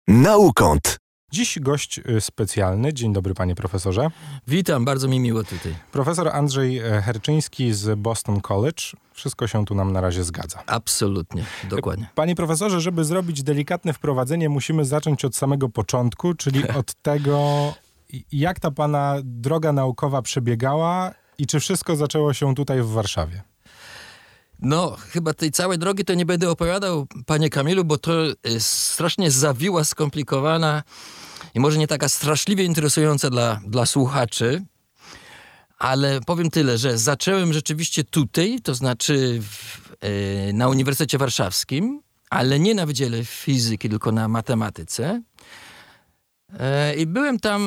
Naukąt. Dziś gość specjalny. Dzień dobry, panie profesorze. Witam, bardzo mi miło tutaj. Profesor Andrzej Herczyński z Boston College. Wszystko się tu nam na razie zgadza. Absolutnie, dokładnie. Panie profesorze, żeby zrobić delikatne wprowadzenie, musimy zacząć od samego początku, czyli od tego, jak ta pana droga naukowa przebiegała i czy wszystko zaczęło się tutaj w Warszawie. No, chyba tej całej drogi to nie będę opowiadał, panie Kamilu, bo to jest strasznie zawiła, skomplikowana i może nie taka straszliwie interesująca dla słuchaczy, ale powiem tyle, że zacząłem rzeczywiście tutaj, to znaczy na Uniwersytecie Warszawskim, ale nie na Wydziale Fizyki, tylko na matematyce. I byłem tam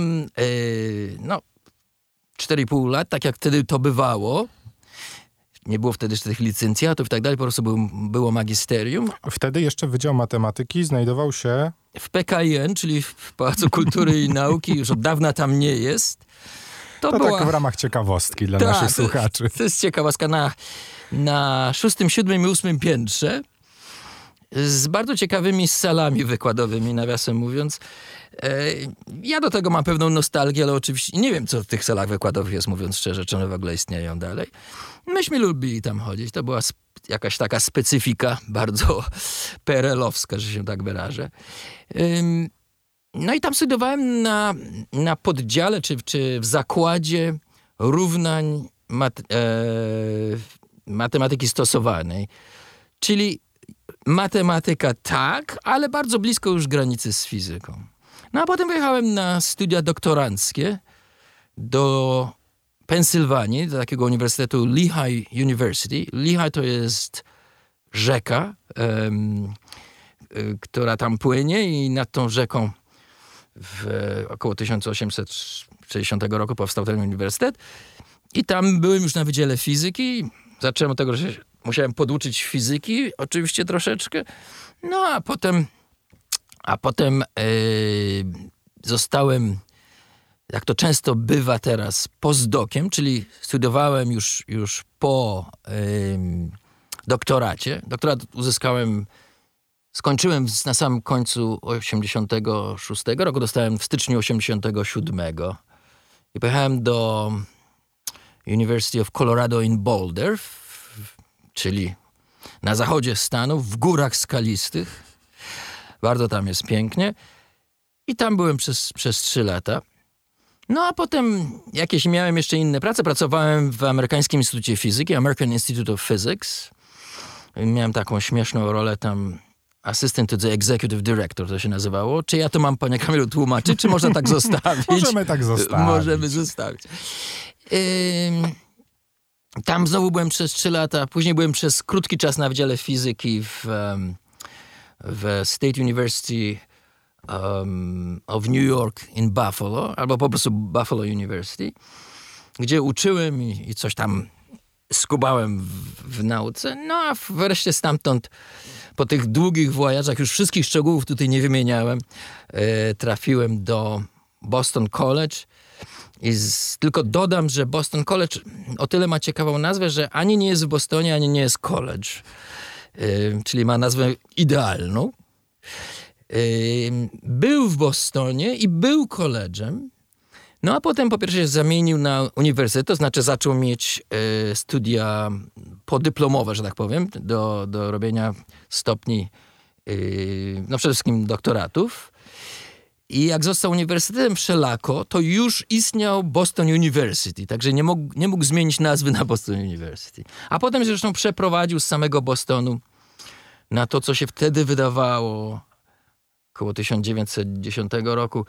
4,5 lat, tak jak wtedy to bywało. Nie było wtedy jeszcze tych licencjatów i tak dalej, po prostu było magisterium. Wtedy jeszcze Wydział Matematyki znajdował się w PKN, czyli w Pałacu Kultury i Nauki, już od dawna tam nie jest. To była... tak w ramach ciekawostki dla naszych słuchaczy. To jest ciekawostka na 6., 7. i 8. piętrze z bardzo ciekawymi salami wykładowymi, nawiasem mówiąc. Ja do tego mam pewną nostalgię, ale oczywiście nie wiem, co w tych salach wykładowych jest, mówiąc szczerze, czy one w ogóle istnieją dalej. Myśmy lubili tam chodzić. To była jakaś taka specyfika bardzo PRL-owska, że się tak wyrażę. No i tam studiowałem na poddziale, czy w zakładzie równań matematyki stosowanej. Czyli matematyka tak, ale bardzo blisko już granicy z fizyką. No a potem wyjechałem na studia doktoranckie do Pensylwanii, do takiego uniwersytetu Lehigh University. Lehigh to jest rzeka, która tam płynie i nad tą rzeką około 1860 roku powstał ten uniwersytet. I tam byłem już na Wydziale Fizyki. Zacząłem od tego, że musiałem poduczyć fizyki, oczywiście troszeczkę. No a potem zostałem, jak to często bywa teraz, postdokiem, czyli studiowałem już po doktoracie. Doktorat skończyłem na samym końcu 86 roku, dostałem w styczniu 87 i pojechałem do University of Colorado in Boulder, czyli na zachodzie Stanów, w górach skalistych. Bardzo tam jest pięknie. I tam byłem przez 3 lata. No a potem jakieś miałem jeszcze inne prace. Pracowałem w Amerykańskim Instytucie Fizyki, American Institute of Physics. Miałem taką śmieszną rolę tam, Assistant to the Executive Director to się nazywało. Czy ja to mam, panie Kamilu, tłumaczyć, czy można tak zostawić? Możemy tak zostawić. Możemy zostawić. Tam znowu byłem przez 3 lata. Później byłem przez krótki czas na Wydziale Fizyki w State University of New York in Buffalo, albo po prostu Buffalo University, gdzie uczyłem i coś tam skubałem w nauce. No a wreszcie stamtąd, po tych długich wojażach, już wszystkich szczegółów tutaj nie wymieniałem, trafiłem do Boston College. Tylko dodam, że Boston College o tyle ma ciekawą nazwę, że ani nie jest w Bostonie, ani nie jest college. Czyli ma nazwę idealną. Był w Bostonie i był college'em. No a potem po pierwsze się zamienił na uniwersytet, to znaczy zaczął mieć studia podyplomowe, że tak powiem, do robienia stopni, no przede wszystkim doktoratów. I jak został uniwersytetem wszelako, to już istniał Boston University, także nie mógł zmienić nazwy na Boston University. A potem zresztą przeprowadził z samego Bostonu na to, co się wtedy wydawało, około 1910 roku,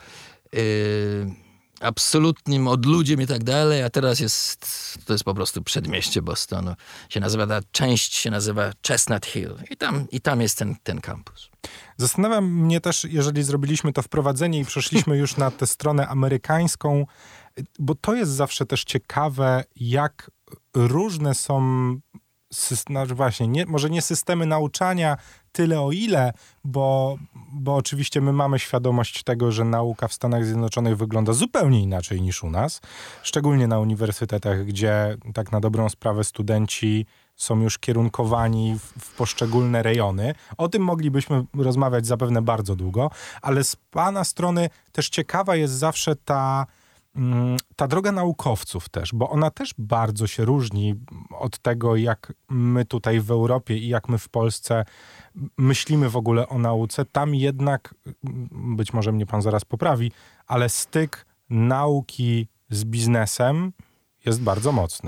absolutnym odludziem i tak dalej, a teraz to jest po prostu przedmieście Bostonu. Ta część się nazywa Chestnut Hill i tam jest ten kampus. Zastanawia mnie też, jeżeli zrobiliśmy to wprowadzenie i przeszliśmy już na tę stronę amerykańską, bo to jest zawsze też ciekawe, jak różne są, może nie systemy nauczania tyle o ile, bo oczywiście my mamy świadomość tego, że nauka w Stanach Zjednoczonych wygląda zupełnie inaczej niż u nas. Szczególnie na uniwersytetach, gdzie tak na dobrą sprawę studenci są już kierunkowani w poszczególne rejony. O tym moglibyśmy rozmawiać zapewne bardzo długo, ale z pana strony też ciekawa jest zawsze ta droga naukowców też, bo ona też bardzo się różni od tego, jak my tutaj w Europie i jak my w Polsce myślimy w ogóle o nauce. Tam jednak, być może mnie pan zaraz poprawi, ale styk nauki z biznesem jest bardzo mocny.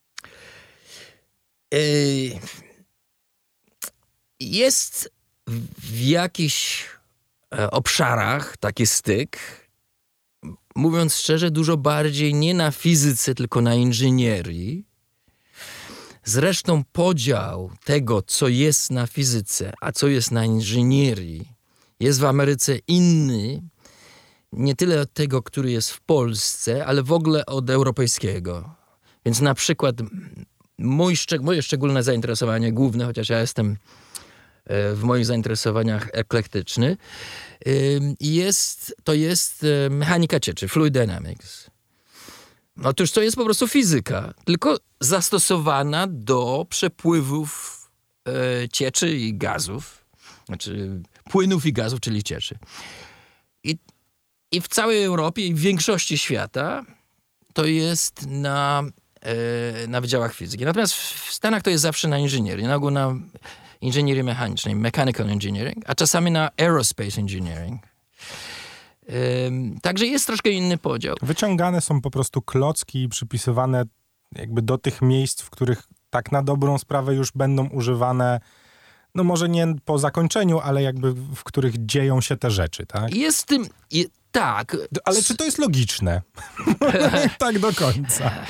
Jest w jakichś obszarach taki styk, mówiąc szczerze, dużo bardziej nie na fizyce, tylko na inżynierii. Zresztą podział tego, co jest na fizyce, a co jest na inżynierii, jest w Ameryce inny, nie tyle od tego, który jest w Polsce, ale w ogóle od europejskiego. Więc na przykład moje szczególne zainteresowanie główne, chociaż ja jestem w moich zainteresowaniach eklektyczny, to jest mechanika cieczy, fluid dynamics. Otóż to jest po prostu fizyka, tylko zastosowana do przepływów cieczy i gazów, znaczy płynów i gazów, czyli cieczy. I w całej Europie i w większości świata to jest na wydziałach fizyki. Natomiast w Stanach to jest zawsze na inżynierii, na ogół na inżynierii mechanicznej, mechanical engineering, a czasami na aerospace engineering. Także jest troszkę inny podział. Wyciągane są po prostu klocki i przypisywane jakby do tych miejsc, w których tak na dobrą sprawę już będą używane, no może nie po zakończeniu, ale jakby w których dzieją się te rzeczy, tak? Jest tym... tak. Ale czy to jest logiczne? Tak do końca.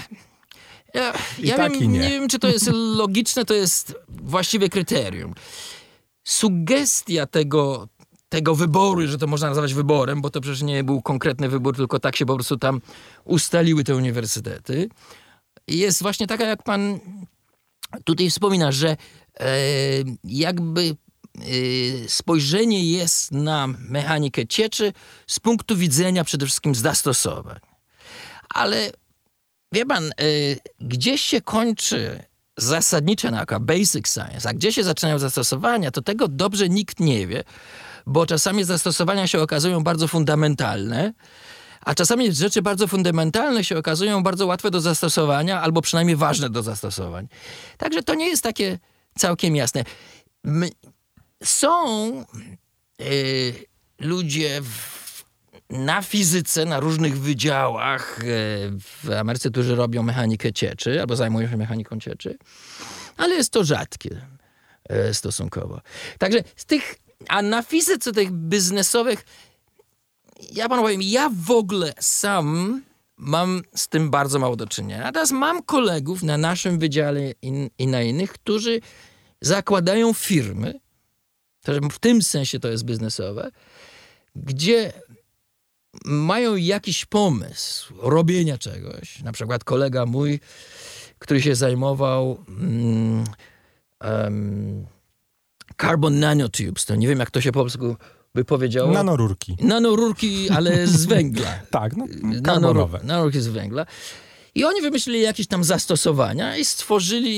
Nie wiem, czy to jest logiczne, to jest właściwe kryterium. Sugestia tego wyboru, że to można nazwać wyborem, bo to przecież nie był konkretny wybór, tylko tak się po prostu tam ustaliły te uniwersytety, jest właśnie taka, jak pan tutaj wspomina, że jakby spojrzenie jest na mechanikę cieczy z punktu widzenia przede wszystkim zastosowań. Ale wie pan, gdzieś się kończy zasadnicza nauka, basic science, a gdzie się zaczynają zastosowania, to tego dobrze nikt nie wie, bo czasami zastosowania się okazują bardzo fundamentalne, a czasami rzeczy bardzo fundamentalne się okazują bardzo łatwe do zastosowania, albo przynajmniej ważne do zastosowań. Także to nie jest takie całkiem jasne. Są ludzie na fizyce, na różnych wydziałach w Ameryce, którzy robią mechanikę cieczy, albo zajmują się mechaniką cieczy, ale jest to rzadkie stosunkowo. Także a na fizyce tych biznesowych, ja panu powiem, ja w ogóle sam mam z tym bardzo mało do czynienia. A teraz mam kolegów na naszym wydziale i na innych, którzy zakładają firmy, w tym sensie to jest biznesowe, gdzie mają jakiś pomysł robienia czegoś. Na przykład kolega mój, który się zajmował carbon nanotubes, to nie wiem, jak to się po polsku by powiedziało. Nanorurki. Nanorurki, ale z węgla. Tak, no, karbonowe. Nanorurki z węgla. I oni wymyślili jakieś tam zastosowania i stworzyli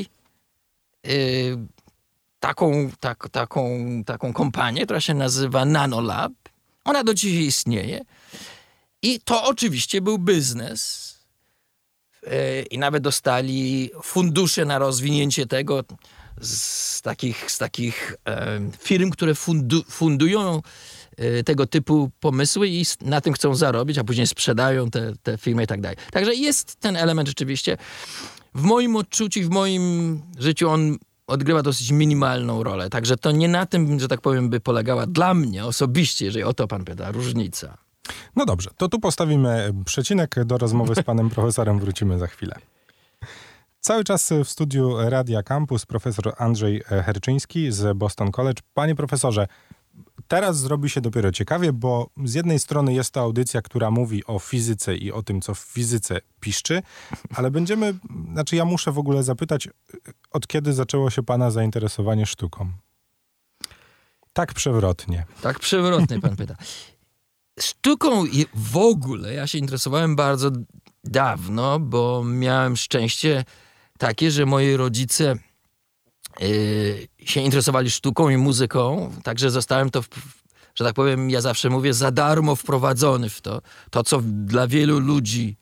taką kompanię, która się nazywa Nanolab. Ona do dzisiaj istnieje. I to oczywiście był biznes. I nawet dostali fundusze na rozwinięcie tego z takich firm, które fundują tego typu pomysły i na tym chcą zarobić, a później sprzedają te firmy i tak dalej. Także jest ten element rzeczywiście. W moim odczuciu, w moim życiu on odgrywa dosyć minimalną rolę. Także to nie na tym, że tak powiem, by polegała dla mnie osobiście, jeżeli o to pan pyta, różnica. No dobrze, to tu postawimy przecinek. Do rozmowy z panem profesorem wrócimy za chwilę. Cały czas w studiu Radia Campus profesor Andrzej Herczyński z Boston College. Panie profesorze, teraz zrobi się dopiero ciekawie, bo z jednej strony jest to audycja, która mówi o fizyce i o tym, co w fizyce piszczy, ale ja muszę w ogóle zapytać, od kiedy zaczęło się pana zainteresowanie sztuką? Tak przewrotnie. Tak przewrotnie pan pyta. Sztuką w ogóle ja się interesowałem bardzo dawno, bo miałem szczęście takie, że moi rodzice się interesowali sztuką i muzyką, także zostałem to, że tak powiem, ja zawsze mówię, za darmo wprowadzony w to. To, co dla wielu ludzi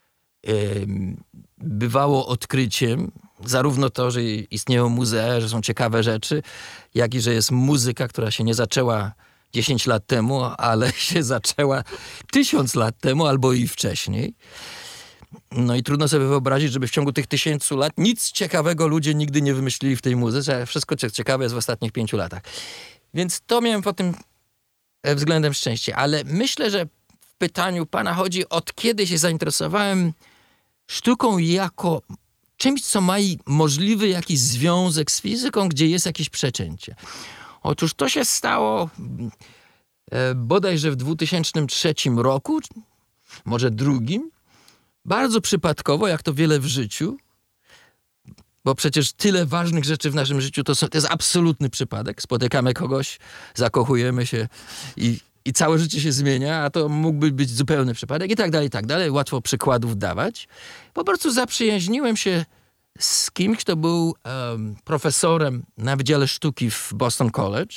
bywało odkryciem, zarówno to, że istnieją muzea, że są ciekawe rzeczy, jak i że jest muzyka, która się nie zaczęła 10 lat temu, ale się zaczęła 1000 lat temu albo i wcześniej. No i trudno sobie wyobrazić, żeby w ciągu tych 1000 lat nic ciekawego ludzie nigdy nie wymyślili w tej muzyce. Wszystko ciekawe jest w ostatnich 5 latach. Więc to miałem pod tym względem szczęście. Ale myślę, że w pytaniu pana chodzi, od kiedy się zainteresowałem sztuką jako czymś, co ma możliwy jakiś związek z fizyką, gdzie jest jakieś przecięcie. Otóż to się stało bodajże w 2003 roku, może drugim, bardzo przypadkowo, jak to wiele w życiu, bo przecież tyle ważnych rzeczy w naszym życiu to jest absolutny przypadek. Spotykamy kogoś, zakochujemy się i całe życie się zmienia, a to mógłby być zupełny przypadek i tak dalej, i tak dalej. Łatwo przykładów dawać. Po prostu zaprzyjaźniłem się z kimś, kto był profesorem na Wydziale Sztuki w Boston College.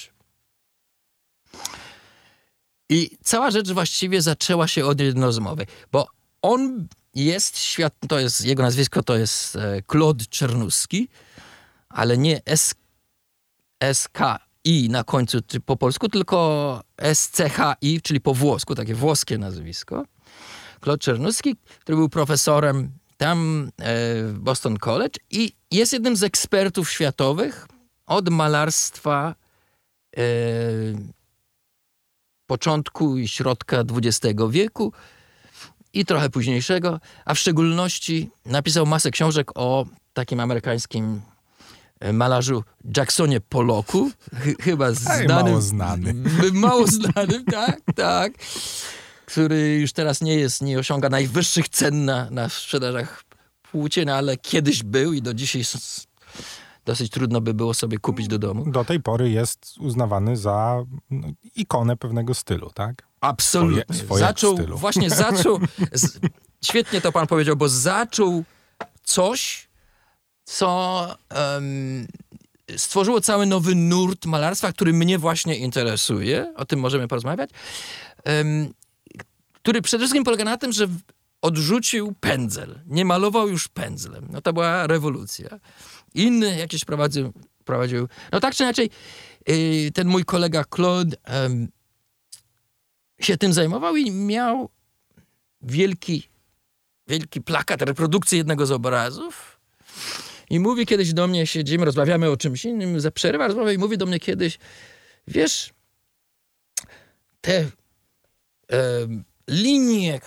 I cała rzecz właściwie zaczęła się od jednej rozmowy, bo on jest jego nazwisko to jest Claude Czernuski, ale nie SKI na końcu po polsku, tylko SCHI, czyli po włosku, takie włoskie nazwisko. Claude Czernuski, który był profesorem tam w Boston College i jest jednym z ekspertów światowych od malarstwa początku i środka XX wieku i trochę późniejszego, a w szczególności napisał masę książek o takim amerykańskim malarzu Jacksonie Pollocku, chyba mało znanym, tak, który już teraz nie osiąga najwyższych cen na sprzedażach płócien, ale kiedyś był i do dzisiaj dosyć trudno by było sobie kupić do domu. Do tej pory jest uznawany za ikonę pewnego stylu, tak? Absolutnie. Świetnie to pan powiedział, bo zaczął coś, co stworzyło cały nowy nurt malarstwa, który mnie właśnie interesuje. O tym możemy porozmawiać. Który przede wszystkim polega na tym, że odrzucił pędzel. Nie malował już pędzlem. No to była rewolucja. Inny jakieś prowadził. No tak czy inaczej, ten mój kolega Claude się tym zajmował i miał wielki plakat, reprodukcję jednego z obrazów. I mówi kiedyś do mnie, siedzimy, rozmawiamy o czymś innym, przerywa rozmowę i mówi do mnie kiedyś, wiesz, te linie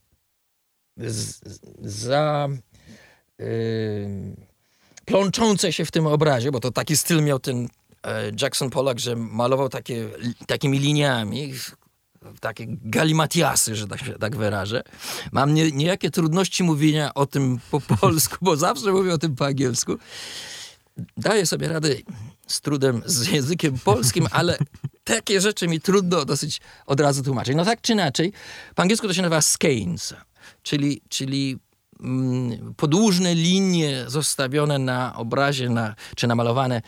plączące się w tym obrazie, bo to taki styl miał ten Jackson Pollock, że malował takimi liniami, takie galimatiasy, że tak wyrażę. Mam niejakie trudności mówienia o tym po polsku, bo zawsze mówię o tym po angielsku. Daję sobie radę z trudem z językiem polskim, ale takie rzeczy mi trudno dosyć od razu tłumaczyć. No tak czy inaczej, po angielsku to się nazywa skeins, czyli podłużne linie zostawione na obrazie, czy namalowane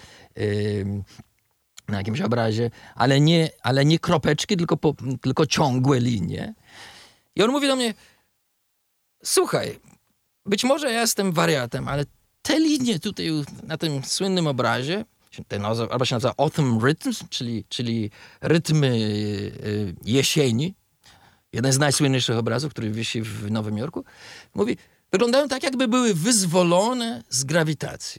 na jakimś obrazie, ale nie kropeczki, tylko ciągłe linie. I on mówi do mnie, słuchaj, być może ja jestem wariatem, ale te linie tutaj na tym słynnym obrazie, albo się nazywa Autumn Rhythms, czyli rytmy jesieni, jeden z najsłynniejszych obrazów, który wisi w Nowym Jorku, mówi, wyglądają tak, jakby były wyzwolone z grawitacji.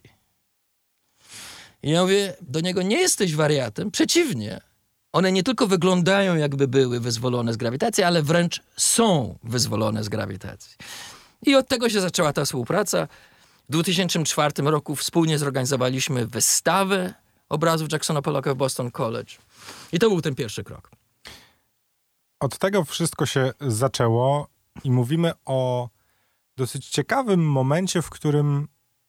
I ja mówię do niego, nie jesteś wariatem, przeciwnie. One nie tylko wyglądają, jakby były wyzwolone z grawitacji, ale wręcz są wyzwolone z grawitacji. I od tego się zaczęła ta współpraca. W 2004 roku wspólnie zorganizowaliśmy wystawę obrazów Jacksona Pollocka w Boston College. I to był ten pierwszy krok. Od tego wszystko się zaczęło i mówimy o dosyć ciekawym momencie, w którym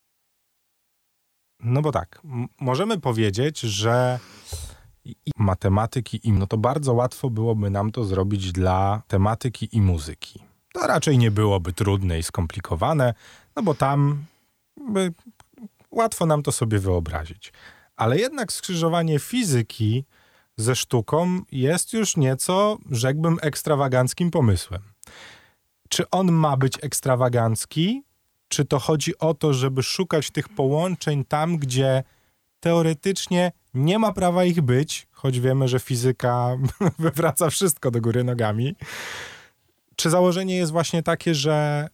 no bo tak, możemy powiedzieć, że i matematyki, no to bardzo łatwo byłoby nam to zrobić dla tematyki i muzyki. To raczej nie byłoby trudne i skomplikowane, no bo tam Łatwo nam to sobie wyobrazić. Ale jednak skrzyżowanie fizyki ze sztuką jest już nieco, rzekłbym, ekstrawaganckim pomysłem. Czy on ma być ekstrawagancki? Czy to chodzi o to, żeby szukać tych połączeń tam, gdzie teoretycznie nie ma prawa ich być, choć wiemy, że fizyka wywraca wszystko do góry nogami? Czy założenie jest właśnie takie, że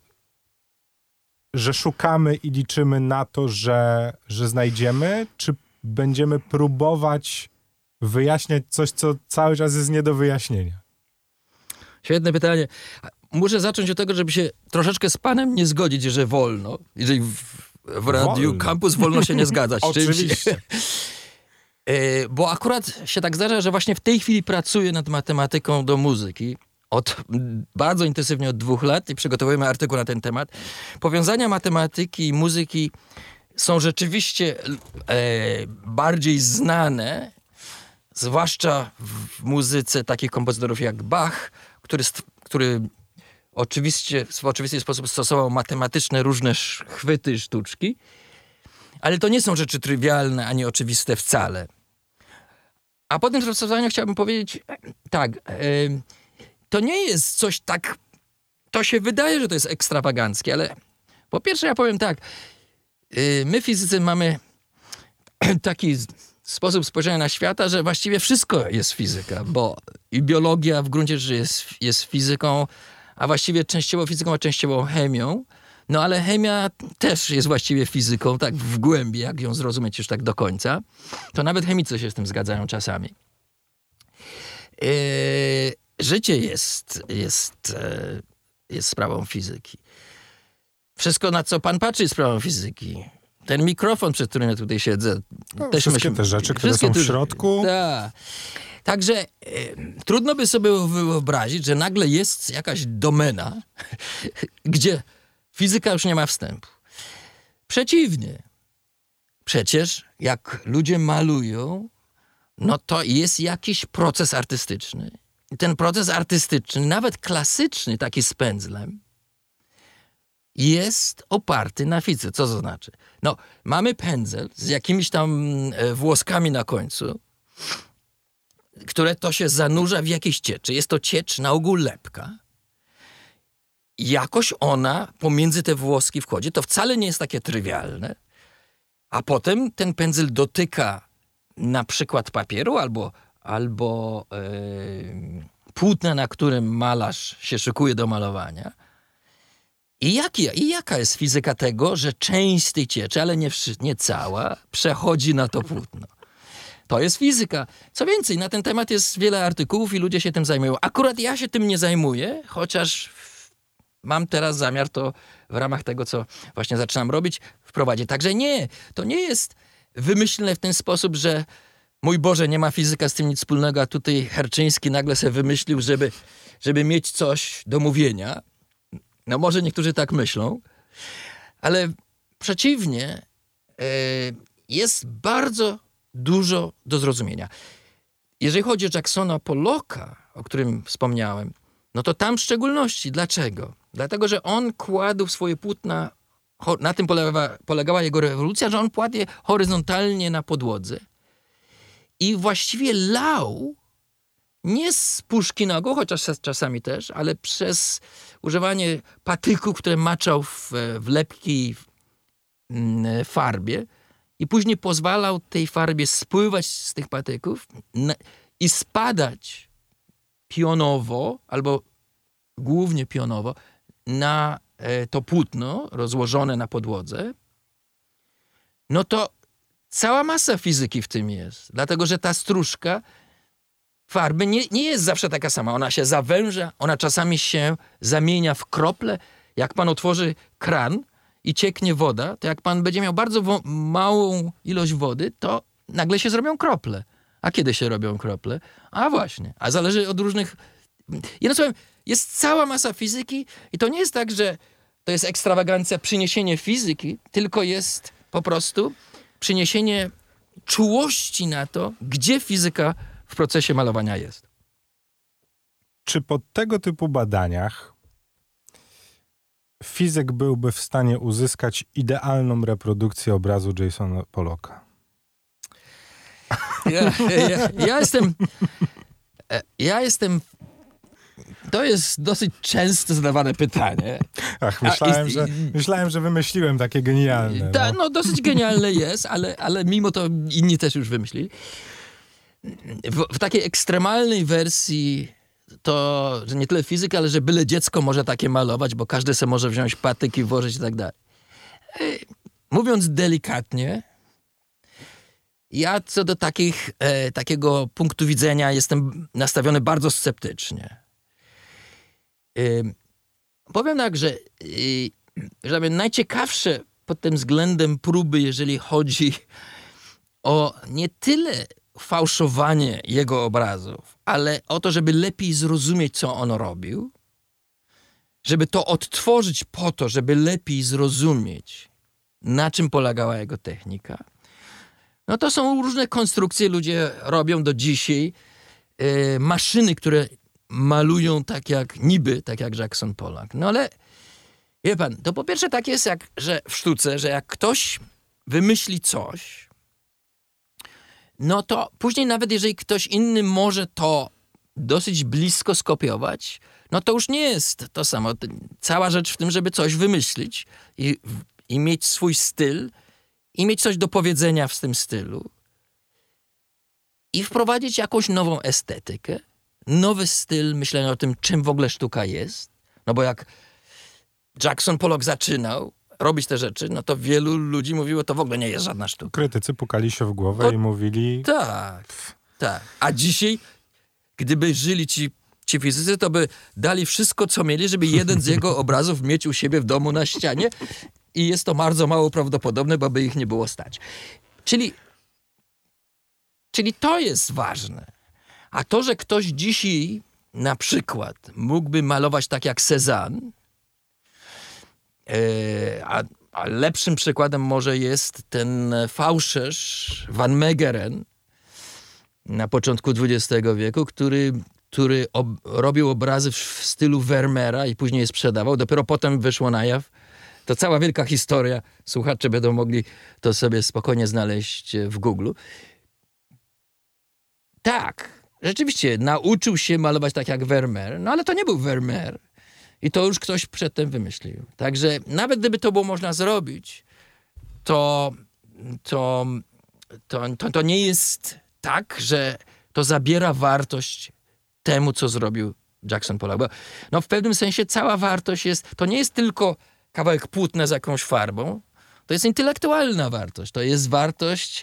szukamy i liczymy na to, że znajdziemy? Czy będziemy próbować wyjaśniać coś, co cały czas jest nie do wyjaśnienia? Świetne pytanie. Muszę zacząć od tego, żeby się troszeczkę z panem nie zgodzić, że wolno. Jeżeli w Radiu Campus wolno się nie zgadzać. Oczywiście. Bo akurat się tak zdarza, że właśnie w tej chwili pracuję nad matematyką do muzyki. Bardzo intensywnie od 2 lat i przygotowujemy artykuł na ten temat. Powiązania matematyki i muzyki są rzeczywiście bardziej znane, zwłaszcza w muzyce takich kompozytorów jak Bach, który oczywiście w oczywisty sposób stosował matematyczne różne chwyty, sztuczki, ale to nie są rzeczy trywialne ani oczywiste wcale. A po tym rozwiązaniu chciałbym powiedzieć tak, to nie jest coś tak, to się wydaje, że to jest ekstrawaganckie, ale po pierwsze ja powiem tak, my fizycy mamy taki sposób spojrzenia na świata, że właściwie wszystko jest fizyka, bo i biologia w gruncie rzeczy jest fizyką, a właściwie częściowo fizyką, a częściowo chemią. No ale chemia też jest właściwie fizyką, tak w głębi, jak ją zrozumieć już tak do końca. To nawet chemicy się z tym zgadzają czasami. Życie jest sprawą fizyki. Wszystko, na co pan patrzy, jest sprawą fizyki. Ten mikrofon, przed którym ja tutaj siedzę. Też wszystkie te rzeczy, które są w środku. Tak. Także trudno by sobie wyobrazić, że nagle jest jakaś domena, gdzie fizyka już nie ma wstępu. Przeciwnie. Przecież jak ludzie malują, no to jest jakiś proces artystyczny. I ten proces artystyczny, nawet klasyczny, taki z pędzlem, jest oparty na fizyce. Co to znaczy? No, mamy pędzel z jakimiś tam włoskami na końcu, które to się zanurza w jakiejś cieczy. Jest to ciecz na ogół lepka. Jakoś ona pomiędzy te włoski wchodzi. To wcale nie jest takie trywialne. A potem ten pędzel dotyka na przykład papieru albo płótna, na którym malarz się szykuje do malowania. I jaka jest fizyka tego, że część z tej cieczy, ale nie cała, przechodzi na to płótno? To jest fizyka. Co więcej, na ten temat jest wiele artykułów i ludzie się tym zajmują. Akurat ja się tym nie zajmuję, chociaż mam teraz zamiar to w ramach tego, co właśnie zaczynam robić, wprowadzić. Także nie, to nie jest wymyślne w ten sposób, że mój Boże, nie ma fizyka z tym nic wspólnego, a tutaj Herczyński nagle sobie wymyślił, żeby mieć coś do mówienia. No może niektórzy tak myślą, ale przeciwnie, jest bardzo dużo do zrozumienia. Jeżeli chodzi o Jacksona Pollocka, o którym wspomniałem, no to tam w szczególności. Dlaczego? Dlatego, że on kładł swoje płótna, na tym polegała jego rewolucja, że on kładł je horyzontalnie na podłodze i właściwie lał nie z puszki nogą, chociaż czasami też, ale przez używanie patyków, które maczał w lepkiej farbie i później pozwalał tej farbie spływać z tych patyków i spadać pionowo, albo głównie pionowo, na to płótno rozłożone na podłodze, no to cała masa fizyki w tym jest. Dlatego, że ta stróżka farby nie jest zawsze taka sama. Ona się zawęża, ona czasami się zamienia w krople. Jak pan otworzy kran i cieknie woda, to jak pan będzie miał bardzo małą ilość wody, to nagle się zrobią krople. A kiedy się robią krople? A właśnie. A zależy od różnych... Jednym słowem, jest cała masa fizyki i to nie jest tak, że to jest ekstrawagancja, przyniesienie fizyki, tylko jest po prostu przyniesienie czułości na to, gdzie fizyka w procesie malowania jest. Czy po tego typu badaniach fizyk byłby w stanie uzyskać idealną reprodukcję obrazu Jasona Pollocka? Ja jestem... To jest dosyć często zadawane pytanie. Ach, myślałem, że wymyśliłem takie genialne. No dosyć genialne jest, ale mimo to inni też już wymyślili. W takiej ekstremalnej wersji to, że nie tyle fizyka, ale że byle dziecko może takie malować, bo każdy se może wziąć patyk i włożyć i tak dalej. Mówiąc delikatnie, ja co do takiego punktu widzenia jestem nastawiony bardzo sceptycznie. Powiem tak, że najciekawsze pod tym względem próby, jeżeli chodzi o nie tyle fałszowanie jego obrazów, ale o to, żeby lepiej zrozumieć, co on robił, żeby to odtworzyć po to, żeby lepiej zrozumieć, na czym polegała jego technika. No to są różne konstrukcje, ludzie robią do dzisiaj. Maszyny, które malują tak jak Jackson Pollock. No ale wie pan, to po pierwsze tak jest, że w sztuce, że jak ktoś wymyśli coś, no to później nawet jeżeli ktoś inny może to dosyć blisko skopiować, no to już nie jest to samo. Cała rzecz w tym, żeby coś wymyślić i mieć swój styl i mieć coś do powiedzenia w tym stylu i wprowadzić jakąś nową estetykę, nowy styl myślenia o tym, czym w ogóle sztuka jest. No bo jak Jackson Pollock zaczynał robić te rzeczy, no to wielu ludzi mówiło, to w ogóle nie jest żadna sztuka. Krytycy pukali się w głowę i mówili... Tak. A dzisiaj, gdyby żyli ci fizycy, to by dali wszystko, co mieli, żeby jeden z jego obrazów mieć u siebie w domu na ścianie i jest to bardzo mało prawdopodobne, bo by ich nie było stać. Czyli to jest ważne. A to, że ktoś dzisiaj na przykład mógłby malować tak jak Cézanne, a lepszym przykładem może jest ten fałszerz Van Meegeren na początku XX wieku, który robił obrazy w stylu Vermeera i później je sprzedawał. Dopiero potem wyszło na jaw. To cała wielka historia. Słuchacze będą mogli to sobie spokojnie znaleźć w Google. Tak, rzeczywiście nauczył się malować tak jak Vermeer, no ale to nie był Vermeer. I to już ktoś przedtem wymyślił. Także nawet gdyby to było można zrobić, to nie jest tak, że to zabiera wartość temu, co zrobił Jackson Pollock. Bo no w pewnym sensie cała wartość to nie jest tylko kawałek płótna z jakąś farbą, to jest intelektualna wartość. To jest wartość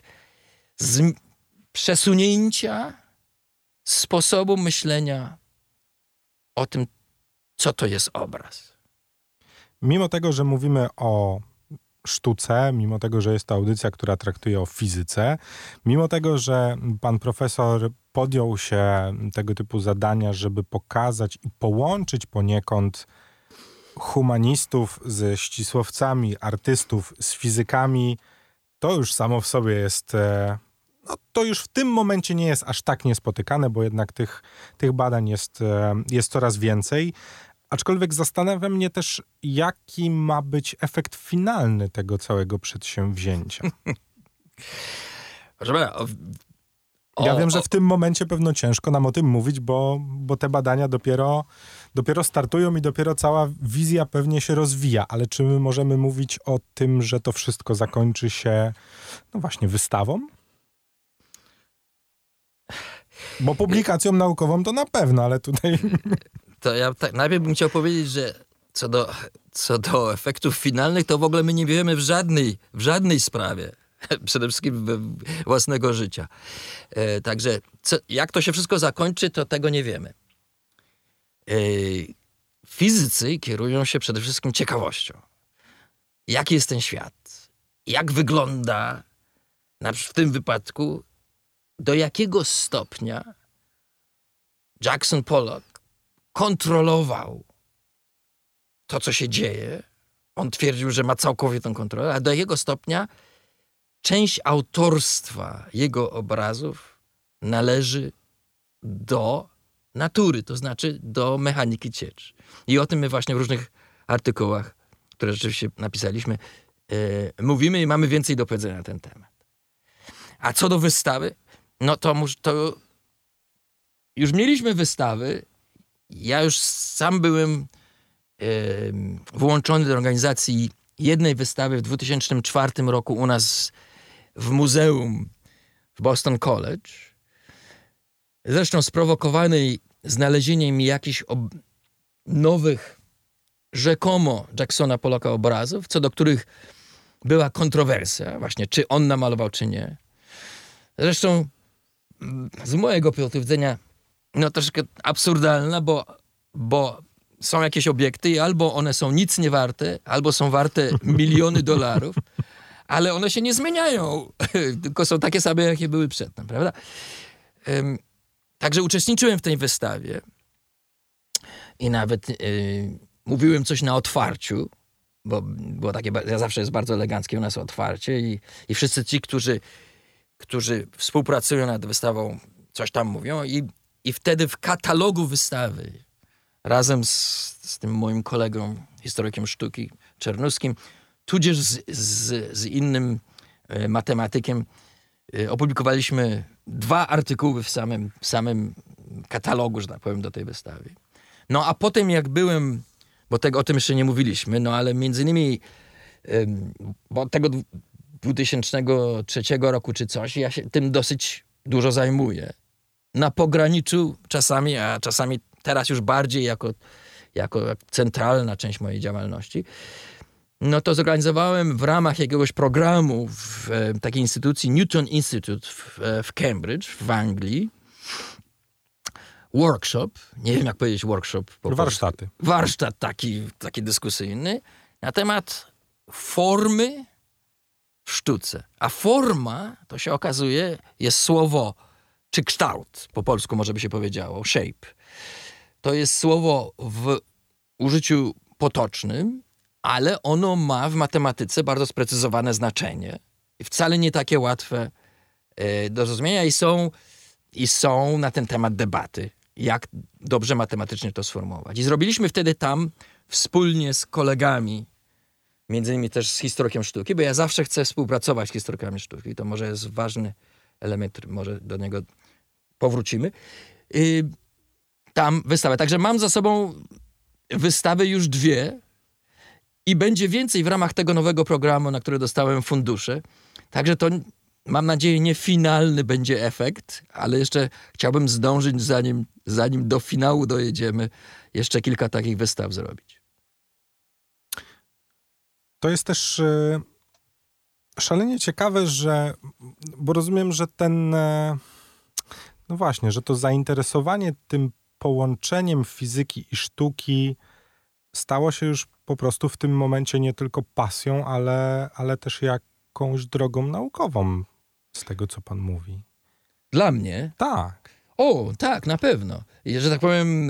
przesunięcia sposobu myślenia o tym, co to jest obraz. Mimo tego, że mówimy o sztuce, mimo tego, że jest to audycja, która traktuje o fizyce, mimo tego, że pan profesor podjął się tego typu zadania, żeby pokazać i połączyć poniekąd humanistów ze ścisłowcami, artystów z fizykami, to już samo w sobie jest... No, to już w tym momencie nie jest aż tak niespotykane, bo jednak tych badań jest coraz więcej. Aczkolwiek zastanawia mnie też, jaki ma być efekt finalny tego całego przedsięwzięcia. Proszę pana, ja wiem, że w tym momencie pewno ciężko nam o tym mówić, bo te badania dopiero startują i dopiero cała wizja pewnie się rozwija. Ale czy my możemy mówić o tym, że to wszystko zakończy się no właśnie wystawą? Bo publikacją naukową to na pewno, ale tutaj... To ja najpierw bym chciał powiedzieć, że co do efektów finalnych, to w ogóle my nie wiemy w żadnej sprawie. Przede wszystkim własnego życia. Także jak to się wszystko zakończy, to tego nie wiemy. Fizycy kierują się przede wszystkim ciekawością. Jaki jest ten świat? Jak wygląda, w tym wypadku, do jakiego stopnia Jackson Pollock kontrolował to, co się dzieje. On twierdził, że ma całkowitą kontrolę, a do jakiego stopnia część autorstwa jego obrazów należy do natury, to znaczy do mechaniki cieczy. I o tym my właśnie w różnych artykułach które rzeczywiście napisaliśmy, mówimy i mamy więcej do powiedzenia na ten temat. A co do wystawy, no to już mieliśmy wystawy. Ja już sam byłem włączony do organizacji jednej wystawy w 2004 roku u nas w muzeum w Boston College. Zresztą sprowokowanej znalezieniem jakichś nowych, rzekomo Jacksona Pollocka obrazów, co do których była kontrowersja, właśnie czy on namalował, czy nie. Zresztą z mojego punktu widzenia no troszkę absurdalna, bo są jakieś obiekty i albo one są nic nie warte, albo są warte miliony dolarów, ale one się nie zmieniają, tylko są takie same, jakie były przedtem, prawda? Także uczestniczyłem w tej wystawie i nawet mówiłem coś na otwarciu, bo było takie, zawsze jest bardzo eleganckie u nas otwarcie i wszyscy ci, którzy współpracują nad wystawą, coś tam mówią i wtedy w katalogu wystawy razem z tym moim kolegą, historykiem sztuki Czernuskim, tudzież z innym matematykiem opublikowaliśmy 2 artykuły w samym katalogu, że tak powiem, do tej wystawy. No a potem jak byłem, bo o tym jeszcze nie mówiliśmy, no ale między innymi bo tego 2003 roku czy coś, ja się tym dosyć dużo zajmuję. Na pograniczu czasami, a czasami teraz już bardziej jako centralna część mojej działalności, no to zorganizowałem w ramach jakiegoś programu w takiej instytucji Newton Institute w Cambridge, w Anglii, workshop, nie wiem jak powiedzieć workshop. Warsztaty. Warsztat taki dyskusyjny na temat formy w sztuce. A forma, to się okazuje, jest słowo, czy kształt, po polsku może by się powiedziało, shape. To jest słowo w użyciu potocznym, ale ono ma w matematyce bardzo sprecyzowane znaczenie. I wcale nie takie łatwe do zrozumienia i są na ten temat debaty, jak dobrze matematycznie to sformułować. I zrobiliśmy wtedy tam wspólnie z kolegami, między innymi też z historykiem sztuki, bo ja zawsze chcę współpracować z historykami sztuki. To może jest ważny element, może do niego powrócimy. Tam wystawę. Także mam za sobą wystawy już 2 i będzie więcej w ramach tego nowego programu, na który dostałem fundusze. Także to, mam nadzieję, nie finalny będzie efekt, ale jeszcze chciałbym zdążyć, zanim do finału dojedziemy, jeszcze kilka takich wystaw zrobić. To jest też szalenie ciekawe, bo rozumiem, że no właśnie, że to zainteresowanie tym połączeniem fizyki i sztuki stało się już po prostu w tym momencie nie tylko pasją, ale też jakąś drogą naukową, z tego, co pan mówi. Dla mnie? Tak. O, tak, na pewno. I, że tak powiem...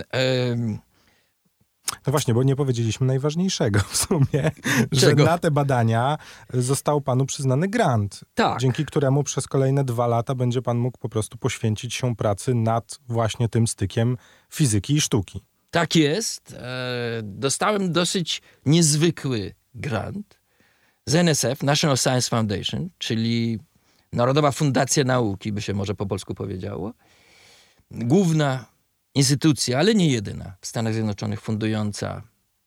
No właśnie, bo nie powiedzieliśmy najważniejszego w sumie, że na te badania został panu przyznany grant, tak, dzięki któremu przez kolejne 2 lata będzie pan mógł po prostu poświęcić się pracy nad właśnie tym stykiem fizyki i sztuki. Tak jest. Dostałem dosyć niezwykły grant z NSF, National Science Foundation, czyli Narodowa Fundacja Nauki, by się może po polsku powiedziało. Główna instytucja, ale nie jedyna w Stanach Zjednoczonych fundująca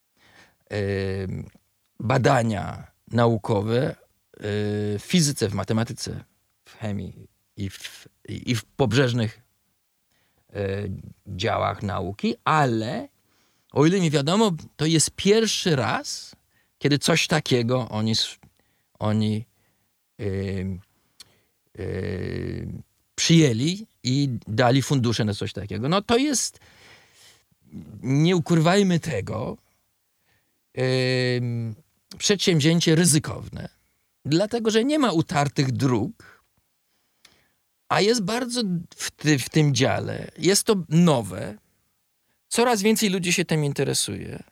badania naukowe w fizyce, w matematyce, w chemii i w pobrzeżnych działach nauki, ale o ile mi wiadomo, to jest pierwszy raz, kiedy coś takiego oni przyjęli i dali fundusze na coś takiego. No to jest, nie ukrywajmy tego, przedsięwzięcie ryzykowne, dlatego że nie ma utartych dróg, a jest bardzo w tym dziale. Jest to nowe. Coraz więcej ludzi się tym interesuje.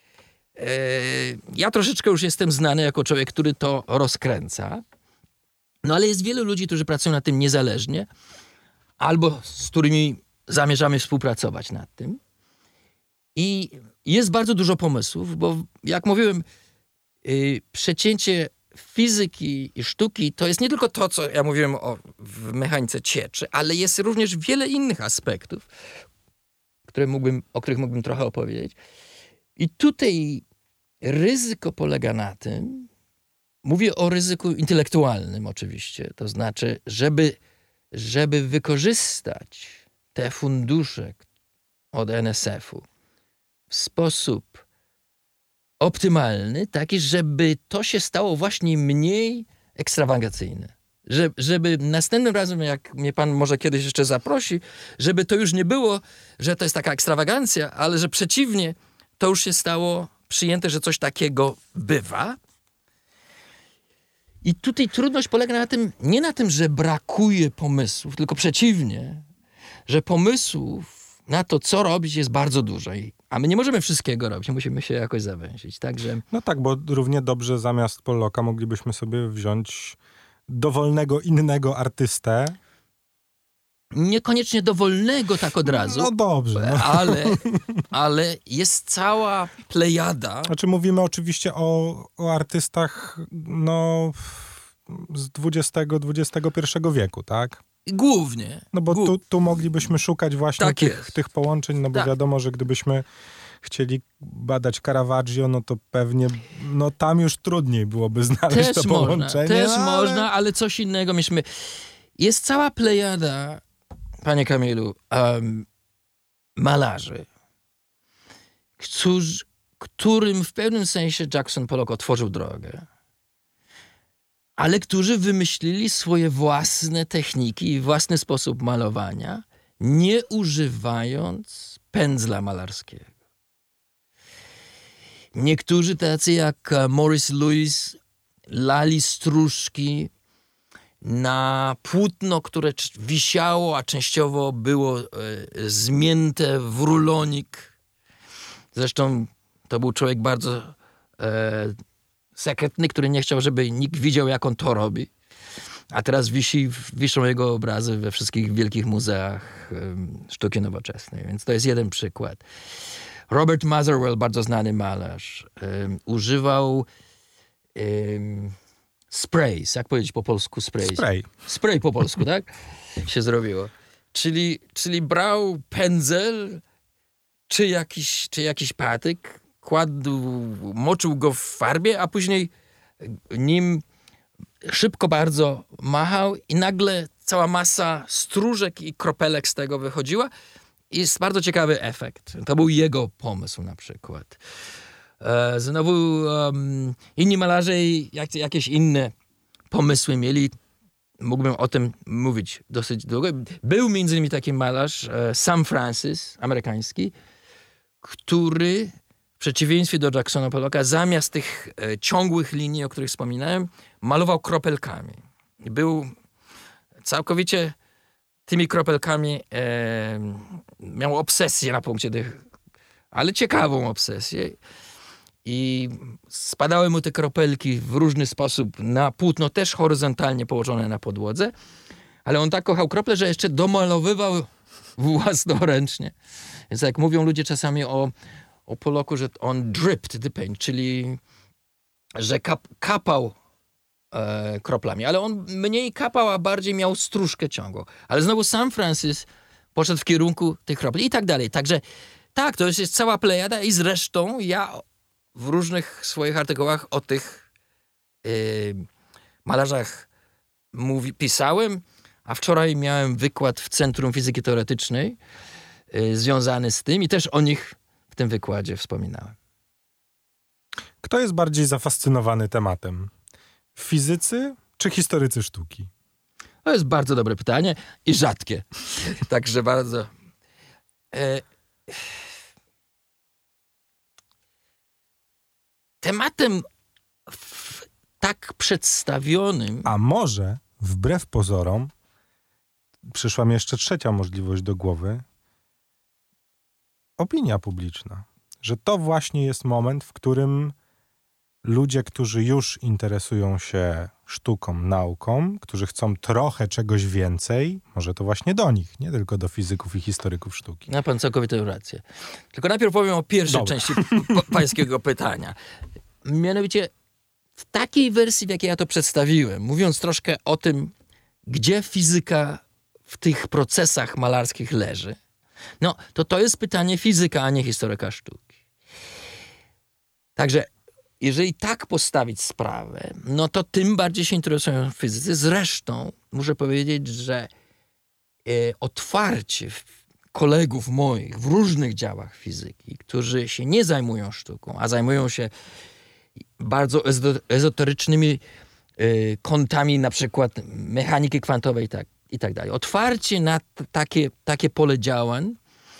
Ja troszeczkę już jestem znany jako człowiek, który to rozkręca. No ale jest wielu ludzi, którzy pracują nad tym niezależnie albo z którymi zamierzamy współpracować nad tym. I jest bardzo dużo pomysłów, bo jak mówiłem, przecięcie fizyki i sztuki to jest nie tylko to, co ja mówiłem w mechanice cieczy, ale jest również wiele innych aspektów, o których mógłbym trochę opowiedzieć. I tutaj ryzyko polega na tym, mówię o ryzyku intelektualnym oczywiście, to znaczy, żeby wykorzystać te fundusze od NSF-u w sposób optymalny, taki, żeby to się stało właśnie mniej ekstrawagancyjne. Żeby następnym razem, jak mnie pan może kiedyś jeszcze zaprosi, żeby to już nie było, że to jest taka ekstrawagancja, ale że przeciwnie, to już się stało przyjęte, że coś takiego bywa. I tutaj trudność polega na tym, nie na tym, że brakuje pomysłów, tylko przeciwnie, że pomysłów na to, co robić, jest bardzo dużo. A my nie możemy wszystkiego robić, musimy się jakoś zawęzić. Także... No tak, bo równie dobrze zamiast Pollocka moglibyśmy sobie wziąć dowolnego innego artystę. Niekoniecznie dowolnego tak od razu. No dobrze. No. Ale jest cała plejada. Znaczy mówimy oczywiście o artystach z XXI wieku, tak? Głównie. No bo tu moglibyśmy szukać właśnie tak tych połączeń, no bo tak. Wiadomo, że gdybyśmy chcieli badać Caravaggio, no to pewnie tam już trudniej byłoby znaleźć to połączenie. Też można, ale coś innego mieliśmy. Jest cała plejada, panie Kamilu, malarzy, którym w pewnym sensie Jackson Pollock otworzył drogę, ale którzy wymyślili swoje własne techniki i własny sposób malowania, nie używając pędzla malarskiego. Niektórzy tacy jak Maurice Lewis lali stróżki na płótno, które wisiało, a częściowo było zmięte w rulonik. Zresztą to był człowiek bardzo sekretny, który nie chciał, żeby nikt widział, jak on to robi. A teraz wiszą jego obrazy we wszystkich wielkich muzeach sztuki nowoczesnej. Więc to jest jeden przykład. Robert Motherwell, bardzo znany malarz, używał sprays. Jak powiedzieć po polsku sprays? Spray po polsku, tak? Się zrobiło. Czyli brał pędzel czy jakiś patyk, moczył go w farbie, a później nim szybko bardzo machał i nagle cała masa stróżek i kropelek z tego wychodziła. I jest bardzo ciekawy efekt. To był jego pomysł na przykład. Znowu inni malarze jakieś inne pomysły mieli. Mógłbym o tym mówić dosyć długo. Był między innymi taki malarz, Sam Francis, amerykański, który w przeciwieństwie do Jacksona Pollocka zamiast tych ciągłych linii, o których wspominałem, malował kropelkami. Był całkowicie tymi kropelkami miał obsesję na punkcie tych, ale ciekawą obsesję. I spadały mu te kropelki w różny sposób na płótno, też horyzontalnie położone na podłodze. Ale on tak kochał krople, że jeszcze domalowywał własnoręcznie. Więc jak mówią ludzie czasami o Pollocku, że on dripped the paint, czyli że kapał kroplami. Ale on mniej kapał, a bardziej miał stróżkę ciągłą. Ale znowu Sam Francis poszedł w kierunku tych kropli i tak dalej. Także tak, to jest cała plejada i zresztą ja w różnych swoich artykułach o tych malarzach pisałem, a wczoraj miałem wykład w Centrum Fizyki Teoretycznej związany z tym i też o nich w tym wykładzie wspominałem. Kto jest bardziej zafascynowany tematem? Fizycy czy historycy sztuki? To jest bardzo dobre pytanie i rzadkie. Także bardzo... Tematem tak przedstawionym... A może, wbrew pozorom, przyszła mi jeszcze trzecia możliwość do głowy. Opinia publiczna. Że to właśnie jest moment, w którym ludzie, którzy już interesują się sztuką, nauką, którzy chcą trochę czegoś więcej, może to właśnie do nich, nie tylko do fizyków i historyków sztuki. Ma pan całkowitą rację. Tylko najpierw powiem o pierwszej części pańskiego pytania. Mianowicie w takiej wersji, w jakiej ja to przedstawiłem, mówiąc troszkę o tym, gdzie fizyka w tych procesach malarskich leży, no to jest pytanie fizyka, a nie historyka sztuki. Także jeżeli tak postawić sprawę, no to tym bardziej się interesują fizycy. Zresztą muszę powiedzieć, że otwarcie kolegów moich w różnych działach fizyki, którzy się nie zajmują sztuką, a zajmują się bardzo ezoterycznymi kątami, na przykład mechaniki kwantowej i tak dalej. Otwarcie na takie pole działań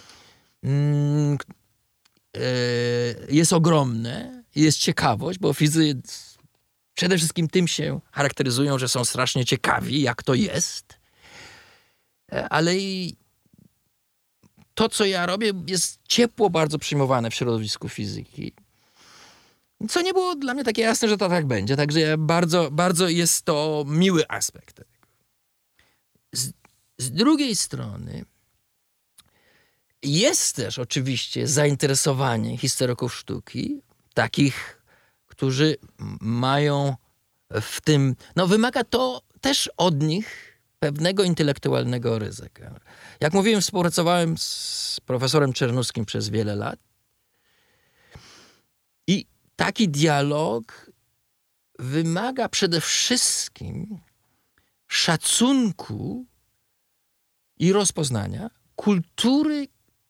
jest ogromne, jest ciekawość, bo fizycy przede wszystkim tym się charakteryzują, że są strasznie ciekawi, jak to jest, ale i to, co ja robię, jest ciepło bardzo przyjmowane w środowisku fizyki, co nie było dla mnie takie jasne, że to tak będzie. Także bardzo, bardzo jest to miły aspekt tego. Z drugiej strony jest też oczywiście zainteresowanie historyków sztuki, takich, którzy mają w tym, no wymaga to też od nich pewnego intelektualnego ryzyka. Jak mówiłem, współpracowałem z profesorem Czernuskim przez wiele lat i taki dialog wymaga przede wszystkim szacunku i rozpoznania kultury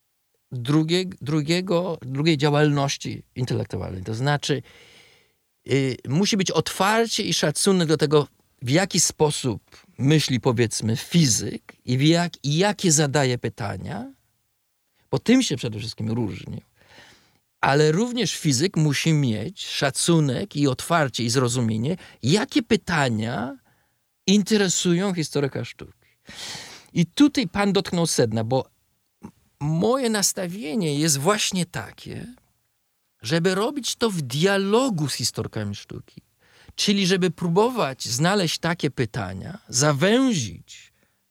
drugiej działalności intelektualnej. To znaczy musi być otwarcie i szacunek do tego, w jaki sposób myśli, powiedzmy, fizyk i jakie zadaje pytania, bo tym się przede wszystkim różni. Ale również fizyk musi mieć szacunek i otwarcie i zrozumienie, jakie pytania interesują historyka sztuki. I tutaj pan dotknął sedna, bo moje nastawienie jest właśnie takie, żeby robić to w dialogu z historykami sztuki. Czyli żeby próbować znaleźć takie pytania, zawęzić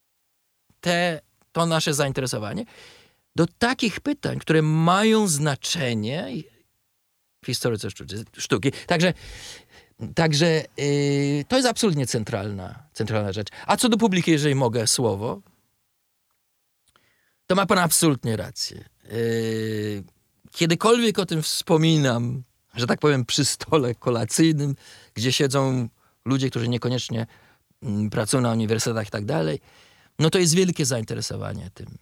to nasze zainteresowanie do takich pytań, które mają znaczenie w historyce sztuki. Także to jest absolutnie centralna rzecz. A co do publiki, jeżeli mogę słowo, to ma pan absolutnie rację. Kiedykolwiek o tym wspominam, że tak powiem, przy stole kolacyjnym, gdzie siedzą ludzie, którzy niekoniecznie pracują na uniwersytetach i tak dalej, no to jest wielkie zainteresowanie tym.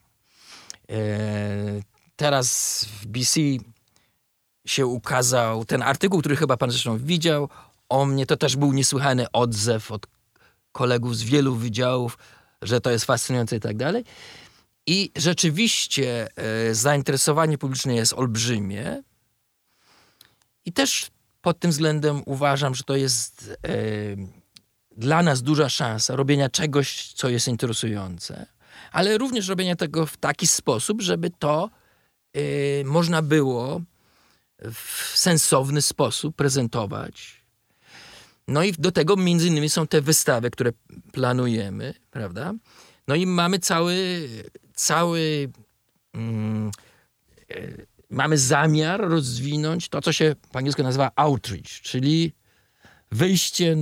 Teraz w BC się ukazał ten artykuł, który chyba pan zresztą widział, o mnie. To też był niesłychany odzew od kolegów z wielu wydziałów, że to jest fascynujące i tak dalej. I rzeczywiście zainteresowanie publiczne jest olbrzymie. I też pod tym względem uważam, że to jest dla nas duża szansa robienia czegoś, co jest interesujące, ale również robienia tego w taki sposób, żeby to można było w sensowny sposób prezentować. No i do tego między innymi są te wystawy, które planujemy, prawda? No i mamy mamy zamiar rozwinąć to, co się po angielsku nazywa outreach, czyli wyjście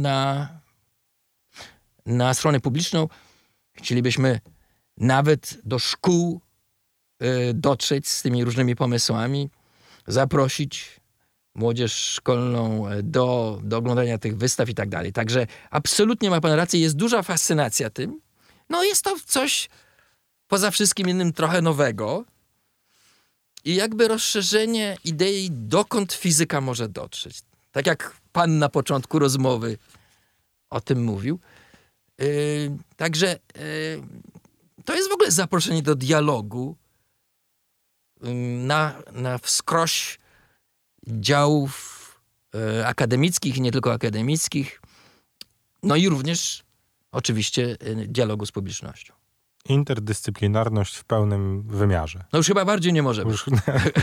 na stronę publiczną. Chcielibyśmy nawet do szkół dotrzeć z tymi różnymi pomysłami, zaprosić młodzież szkolną do oglądania tych wystaw i tak dalej. Także absolutnie ma pan rację, jest duża fascynacja tym. No jest to coś poza wszystkim innym trochę nowego i jakby rozszerzenie idei, dokąd fizyka może dotrzeć. Tak jak pan na początku rozmowy o tym mówił. Także to jest w ogóle zaproszenie do dialogu na wskroś działów akademickich i nie tylko akademickich, no i również oczywiście dialogu z publicznością. Interdyscyplinarność w pełnym wymiarze. No już chyba bardziej nie może być.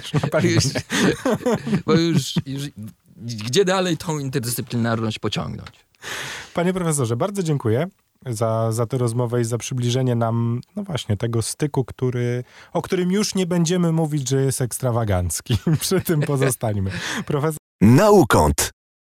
Bo już gdzie dalej tą interdyscyplinarność pociągnąć? Panie profesorze, bardzo dziękuję za tę rozmowę i za przybliżenie nam, no właśnie, tego styku, o którym już nie będziemy mówić, że jest ekstrawagancki. Przy tym pozostańmy. Naukąt.